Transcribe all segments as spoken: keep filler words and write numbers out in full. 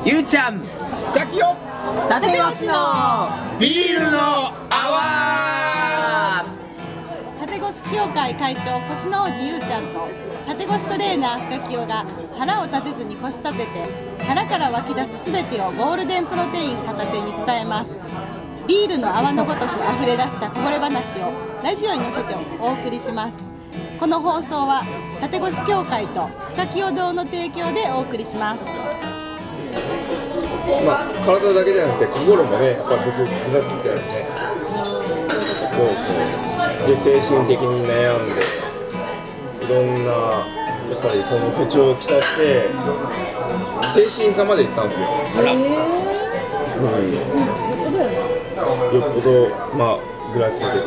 ゆうちゃん、 深きよ、 立越のビールの泡。 立越協会会長腰の王子ゆうちゃんと立越トレーナー深きよが腹を立てずに腰立てて腹から湧き出すすべてをゴールデンプロテイン片手に伝えます。ビールの泡のごとく溢れ出したこぼれ話をラジオに乗せてお送りします。この放送は立越協会と深きよ堂の提供でお送りします。 まあ、体だけじゃなくて心もね、やっぱり僕複雑みたいですね。そうそう。で、精神的に悩んでいろんなやっぱりその不調をきたして精神科まで行ったんですよ。あら、うん、よっぽどまあぐらついてて、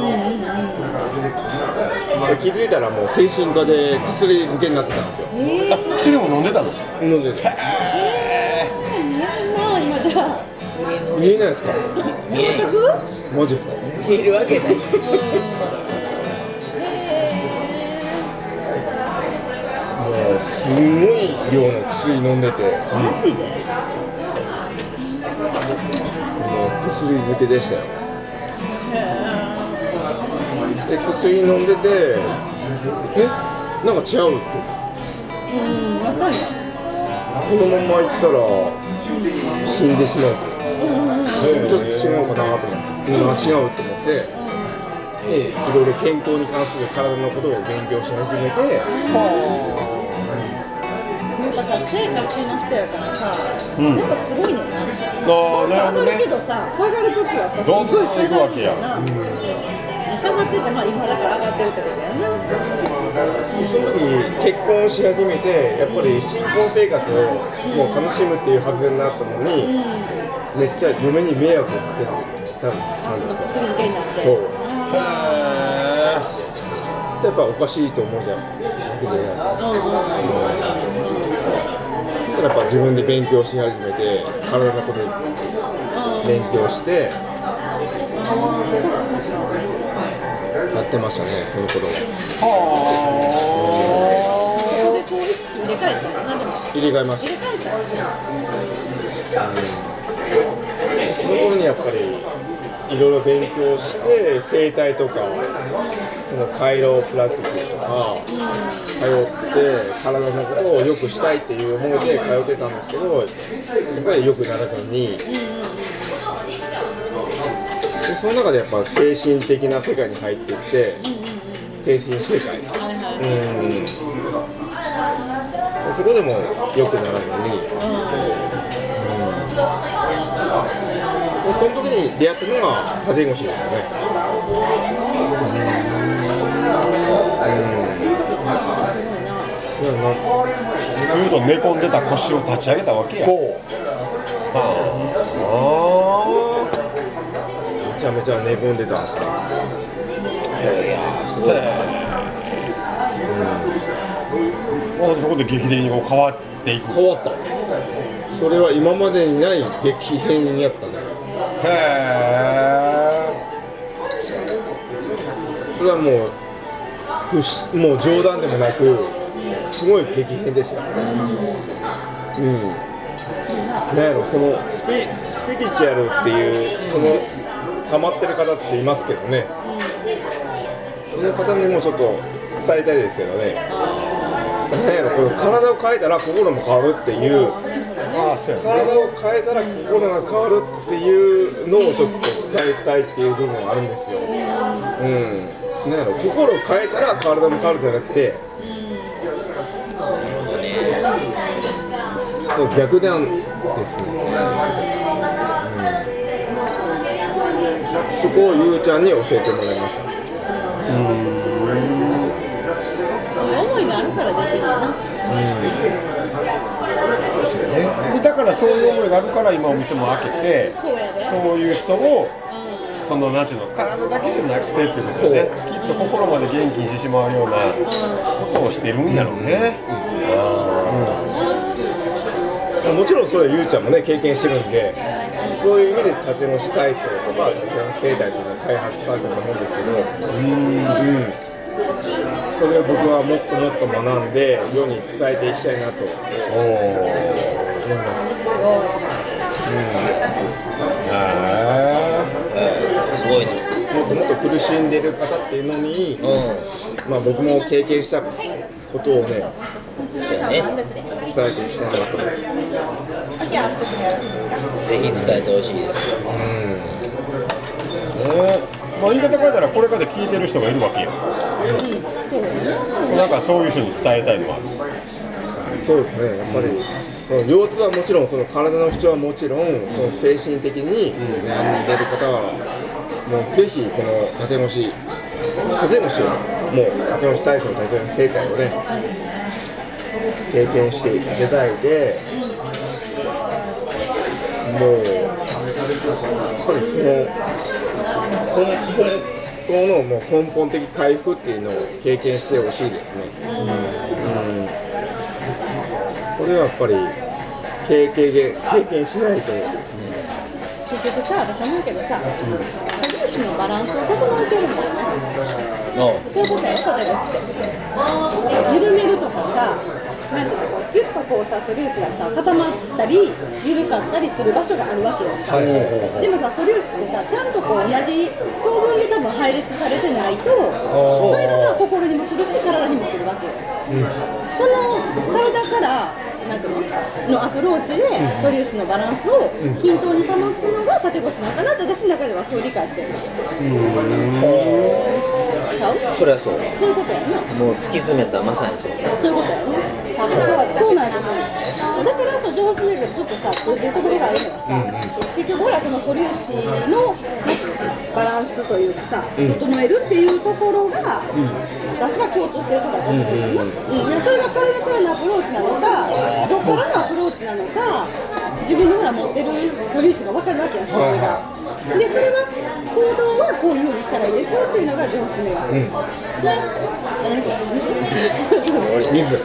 気づいたらもう精神科で薬漬けになってたんですよ。 あ、薬も飲んでたの？ 飲んでて。見えないですか？ 見えるマジですか？ 見えるわけない。もうすごい量の薬飲んでて、マジで？もう薬漬けでしたよ。で、薬飲んでて、え、なんか違うって。 うん、わかる。 このまま行ったら死んでしまう。ちょっと違うかなと思って、うん、違うと思って、でいろいろ健康に関する体のことを勉強し始めて、 なんかさ、成果しての人やからさ、うん、なんかすごいねんな。 あ、なるほどね。 上がるけどさ、下がるときはさ、すどんどんごい下がる行くわけや。 な。うん、下がってて、まあ今だから上がってるってことやな。 その時結婚し始めて、やっぱり新婚生活をもう楽しむっていうはずになったのに、うん、めっちゃ嫁に迷惑をかけたんですよ。 薬漬けになって。 そう。やっぱおかしいと思うじゃん。わけじゃないですか。うんうん、やっぱ自分で勉強し始めて、体のことに勉強して、やってましたね、その頃は。 ここでこう意識入れ替えたな。でも入れ替えました。 入れ替えた、 うん、その頃にやっぱりいろいろ勉強して整体とかそのカイロプラクティとか通って体のことを良くしたいっていう思いで通ってたんですけど、そこで良くならずに、でその中でやっぱ精神的な世界に入っていって精神世界、うん、そこでも良くならずに、うん、でその時に出会ったのが立越ですよね。 ずっと寝込んでた腰を立ち上げたわけや。 そう。 ああ。 めちゃめちゃ寝込んでたんですよ。 へー、すごい。うん、そこで劇的にこう変わっていく。 変わった。それは今までにない激変やったね。 へー。それはもうもう冗談でもなくすごい激変でした。うん。なんやろ、そのスピスピリチュアルっていうそのハマってる方っていますけどね。その方にもちょっと伝えたいですけどね。なんやろ、この体を変えたら心も変わるっていう。ああ、そうやね。体を変えたら心が変わるっていうのをちょっと伝えたいっていう部分があるんですよ。うん。なんやろ、心を変えたら体も変わるじゃなくて、もう逆なんですね。そこをゆうちゃんに教えてもらいました。 うん、そういう思いがあるからできるな。 うん、だからそういう思いがあるから今お店も開けて、 そうやで。 そういう人も、うん、そのなんちゅうの体だけじゃなくてっていうことで、ね、きっと心まで元気にしてしまうようなことをしてるんやろうね。 うん、もちろんそれはゆうちゃんもね経験してるんで。そういう意味で立越体操とか生態というのを開発されたと思うんですけど、うん、うん、それを僕はもっともっと学んで世に伝えていきたいなと。お思います。 すごい。 すごいね。 もっともっと苦しんでる方っていうのに、 うまあ、僕も経験したことをね、 ん。そうやね。 伝えていきたいなと。 ぜひ伝えてほしいですよ。 えーまあ、言い方変えたらこれから聞いてる人がいるわけよ、なんかそういう人に伝えたいのはそうですね、やっぱり、その腰痛はもちろん、その体の不調はもちろん、その精神的に悩んでる方は、もうぜひこの縦腰、縦腰を、もう縦腰体操、縦腰整体をね、経験していただいて、もう、やっぱりその、本当のもう根本的回復っていうのを経験してほしいですね。うんうん、これはやっぱり経験で経験しないと、 結局さ、私思うけどさ、素粒子のバランスを整えてるんだよね。そういうことやろ、縦腰って緩めるとかさ、なんていうの、ギュッとこうさ、素粒子がさ固まったり緩かったりする場所があるわけよさ、 はいはいはいはい、 でもさ、素粒子ってさ、ちゃんとこう同じ等分で多分配列されてないと、それがまあ心にも来るし体にも来るわけよ、うん、その体からなんていうののアプローチで素粒子のバランスを均等に保つのが縦腰なんかなって私の中ではそう理解してる。ちゃう？ それはそう。 そういうことやな。 もう突き詰めたまさにそう。 そういうことやね。多分そうそうなんやと思う。だからさ、上手めぐちょっとさ通じるところがあるのはさ、うんうん、結局ほらその素粒子のバランスというかさ、整えるっていうところが、うん、私は共通してるところだと思うよな、うんうんうん、それが体からのアプローチなのか、どっからのアプローチなのか、自分のほら持ってる素粒子が分かるわけや、それが。で、それは行動はこういうふうにしたらいいですよっていうのが上手めが、うん、ね、 水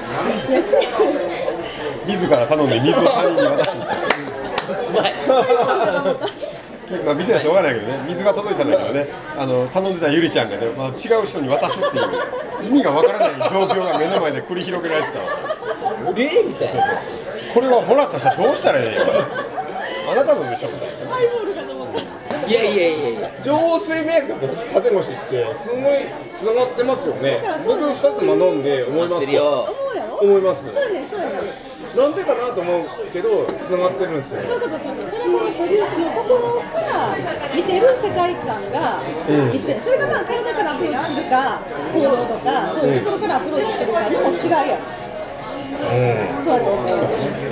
自ら頼んで水を他人に渡すみたいなうまいまあ、見てない人は分からないけどね、水が届いたんだけどね、あの頼んでたゆりちゃんがね、まあ、違う人に渡すっていう意味が分からない状況が目の前で繰り広げられてたわけ。えみたいな。 これはもらった人どうしたらいいよあなたのでしょみたいな。 ハイボールかと思った。 いやいやいやいや。 上水メイクと縦腰ってすごいつながってますよね。僕ふたつ学んで思いますよ。 思うやろ？ 思います。 そうやね、そうやね。 なんでかなと思うけどつながってるんですよ。 そういうこと、そういうこと。それも素粒子の心から見てる世界観が一緒や、うん、それがまあ体からアプローチするか行動とかそういうところからアプローチするかの違いや、うん、そうやと思う。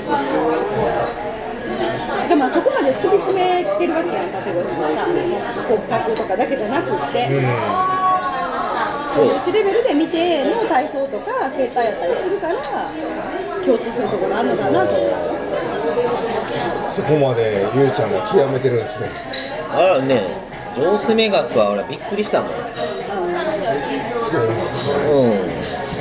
だからまあそこまで突き詰めてるわけやん、縦腰はさ、骨格とかだけじゃなくって、うん、そういうレベルで見ての体操とか整体やったりするから共通するところがあるのかなと思うよ。 そこまでゆうちゃんが極めてるんですね。 あらね、上手め学は俺びっくりしたもん。うん、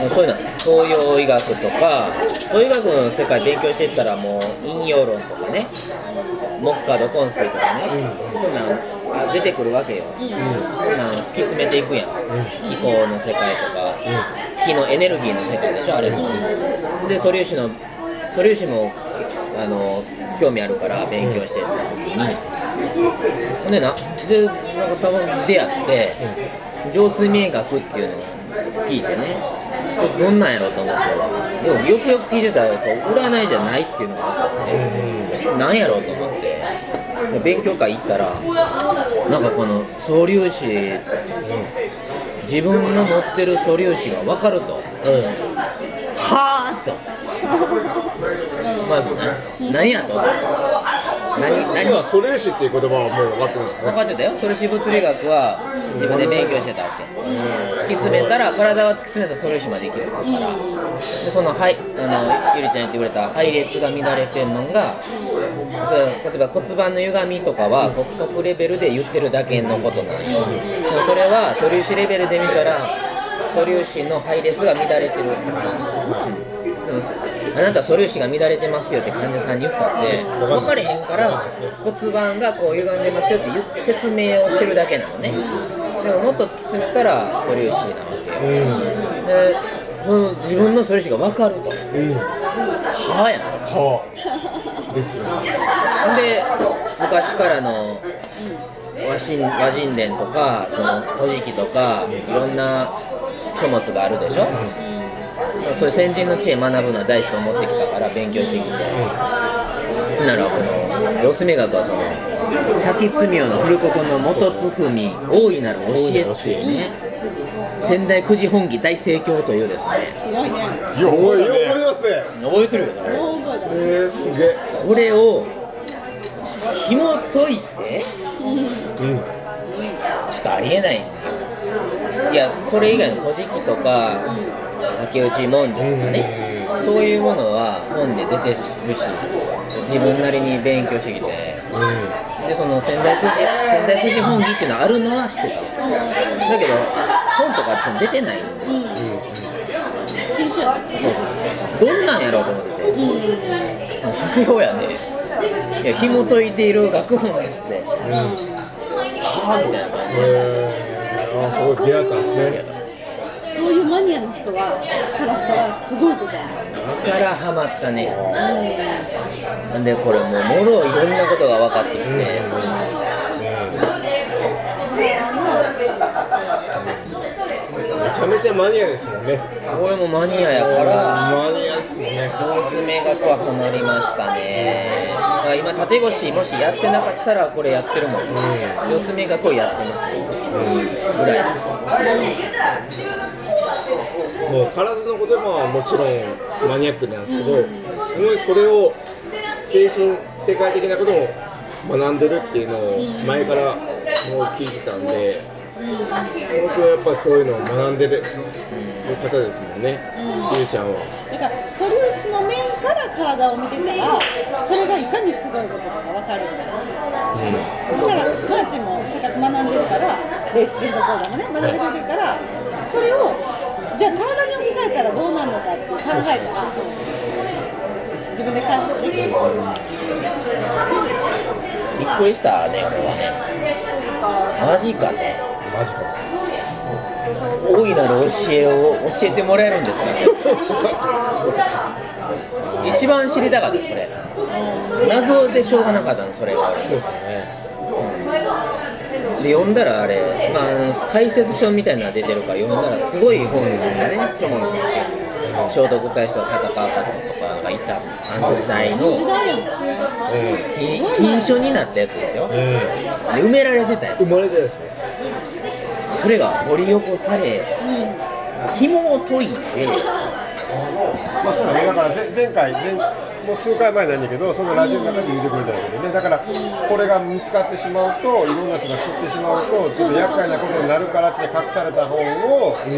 そういうの東洋医学とか東洋医学の世界勉強していったらもう陰陽論とかね、木下土根水とかね、うん、そんなん出てくるわけよ、うん、なん突き詰めていくやん、うん、気候の世界とか、うん、気のエネルギーの世界でしょあれも、うん、で素粒子の素粒子もあの興味あるから勉強してた時に、うん、でなでなんかたまに出会って、うん、上水明学っていうのを聞いてね、どんなんやろうと思って、でもよくよく聞いてたら占いじゃないっていうのが分かって、うん、なんやろうと思ってで勉強会行ったらなんかこの素粒子、うん、自分の持ってる素粒子が分かると、うん、はぁっとまずね、何やと何何今素粒子っていう言葉はもう分かってるんですね。 分かってたよ。素粒子物理学は自分で勉強してたわけ。突き詰めたら体は突き詰めた素粒子まで行き着くから、でそのはいあのゆりちゃん言ってくれた配列が乱れてるのが、それ例えば骨盤の歪みとかは骨格レベルで言ってるだけのことなんよ。でもそれは素粒子レベルで見たら素粒子の配列が乱れてるってさ。あなた素粒子が乱れてますよって患者さんに言ったって分かれへんから骨盤がこう歪んでますよって言説明をしてるだけなのね。でももっと突き詰めたら素粒子なわけよ、うん、でその自分の素粒子が分かると、うん、はぁやんはぁですよね。 で昔からの和神和神伝とかその古事記とかいろんな書物があるでしょ、うん、それ先人の知恵学ぶのは大事と思ってきたから勉強してきて、うん、ならこの四隅学はその先津名の古ここの元津文大いなる教えっていうね、仙台くじ本義大盛況というですね、 すごいね。 よう覚えますね。 覚えてるよね。 えー、すげえ。 これを紐解いて、 うん、 ちょっとありえないんだよ。いや、それ以外の古事記とか竹内文書とかね、そういうものは本で出てるし、自分なりに勉強してきて、でその仙台くじ仙台くじ本義っていうのはあるのは知ってた。だけど本とかその出てないんで、うんうん、そうそうどんなんやろうと思ってて、うん、それをやね、いや紐解いている学問ですって、うん、はぁみたいな感じで、 ああすごい出会ったんですね。 そういうマニアの人はからしたらすごいことだね。 だからハマったね。なんでこれもうもろいろんなことが分かってきて、うんうんうん、 めちゃめちゃマニアですもんね。 俺もマニアやからマニアっすもんね。 大詰め学はハマりましたね。今縦腰もしやってなかったらこれやってるもん、うん、四詰め学をやってますよ、うん、ぐらい。 もう体の言葉はもちろんマニアックなんですけど、すごいそれを精神世界的なことを学んでるっていうのを前からもう聞いてたんで、すごくやっぱりそういうのを学んでる方ですもんね、ゆうちゃんは。 だから素粒子の面から体を見てたら、それがいかにすごいことかが分かるんだよ、うん、だからマーチもせっかく学んでるからレース連続講座もね学んでくれてるから、それをじゃあ体に置き換えたらどうなるのかって考えたら自分で考えて、うん、 びっくりしたね、俺はね。マジかと。 マジかと。 大いなる教えを教えてもらえるんですかね。一番知りたかった、それ。謎でしょうがなかったの、それが。 そうですね。 で読んだらあれ、まあ、解説書みたいなのが出てるから読んだらすごい本なんだね。書物聖徳太子と戦う勝とかがいたあの時代の金書になったやつですよ、で埋められてたやつ、 生まれてですね。 それが掘り起こされ、紐を解いて、 まあそうだね、だから前回前もう数回前なんだけど、そのラジオの中で言ってくれたわけでね、だからこれが見つかってしまうと、いろんな人が知ってしまうとちょっと厄介なことになるからって隠された本を、うん、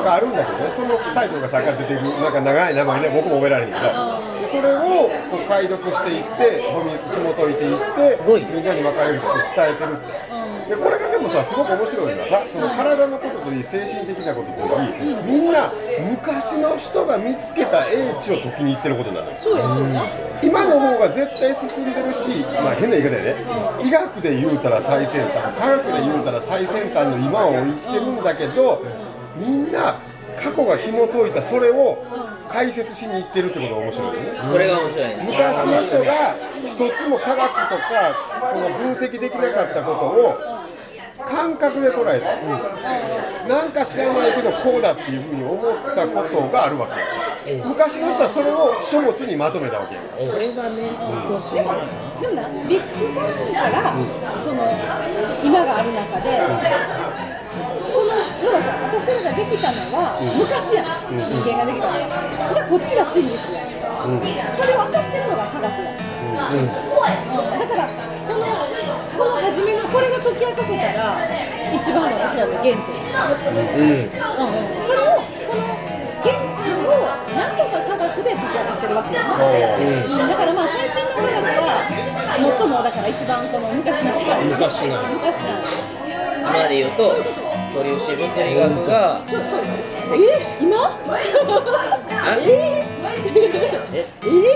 があるんだけどね、そのタイトルがさっきから出てくるなんか長い名前で僕も覚えられへんけど、それをこう解読していって紐解いていってみんなに分かるようにして伝えてるって。でこれがでもさ、すごく面白いのはさ、その体のことといい精神的なことといい、みんな昔の人が見つけた英知を解きに行ってることなのよ。 そうやそうや。 今の方が絶対進んでるし、まあ変な言い方やね、医学で言うたら最先端、科学で言うたら最先端の今を生きてるんだけど、みんな過去が紐解いたそれを解説しに行ってるってことが面白いよね。 それが面白いね。 昔の人が一つも科学とかその分析できなかったことを感覚で捉えた、うん、なんか知らないけどこうだっていうふうに思ったことがあるわけ、うん、昔の人はそれを書物にまとめたわけ、 それがね、 そうそう。でもな、ビッグバンから、うん、その今がある中で、うん、その要はさ、私らができたのは、うん、昔やん、うん、人間ができたのは、じゃあこっちが真実やん、うん、それを明かしてるのが科学やん、うんうん、だからこのこの初めのこれが解き明かせたら一番私らの原点、うんうん、それをこの原点を何とか科学で解き明かしてるわけやな、うん、だからまあ最新の科学は最もだから一番この昔に近い昔なの昔なの今で言うと素粒子物理学がそうそうえ今あえええ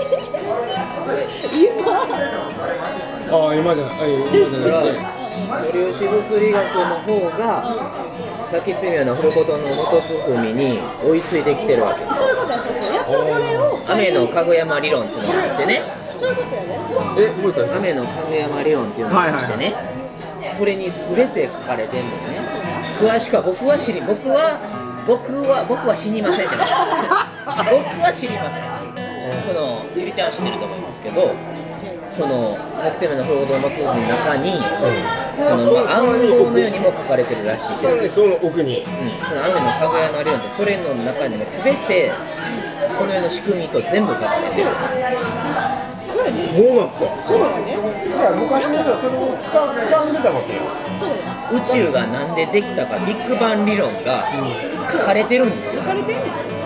今ああ今じゃない、今じゃなくて素粒子物理学の方が先津名の古事の元津文に追いついてきてるわけです。 そういうことや、そうやっとそれを雨のかぐやま理論っていうのがあってね、 そういうことやね。 え、もう一回。 雨の影山理論っていうのがあってね、それに全て書かれてるのね。詳しくは僕は知り僕は僕は僕は死にませんじゃない僕は知りません。そのゆりちゃんは知ってると思いますけど、そのひゃくせいめの報道の通の中に、そのまあ暗号のようにも書かれてるらしいです。 さらにその奥に、 うん、その雨の影山理論ってそれの中にも全てこの世の仕組みと全部書かれてる。 そうやね。 そうなんですか。 そうやね。 だから昔の人はそれを使う掴んでたわけよ。 そうや。 宇宙がなんでできたかビッグバン理論が書かれてるんですよ。 書かれてんねん。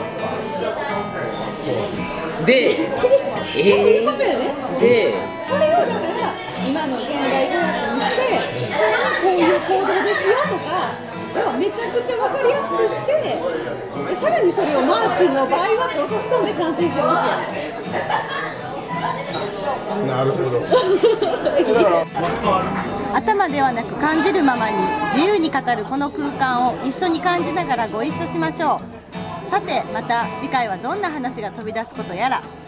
で、 そういうことやね。 で、 それをだから今の現代科学にしてそれはこういう行動ですよとか要はめちゃくちゃ分かりやすくしてでさらにそれをマーチンの場合はって落とし込んで鑑定してるわけやん。 なるほど。だから頭ではなく感じるままに自由に語るこの空間を一緒に感じながらご一緒しましょう。さてまた次回はどんな話が飛び出すことやら。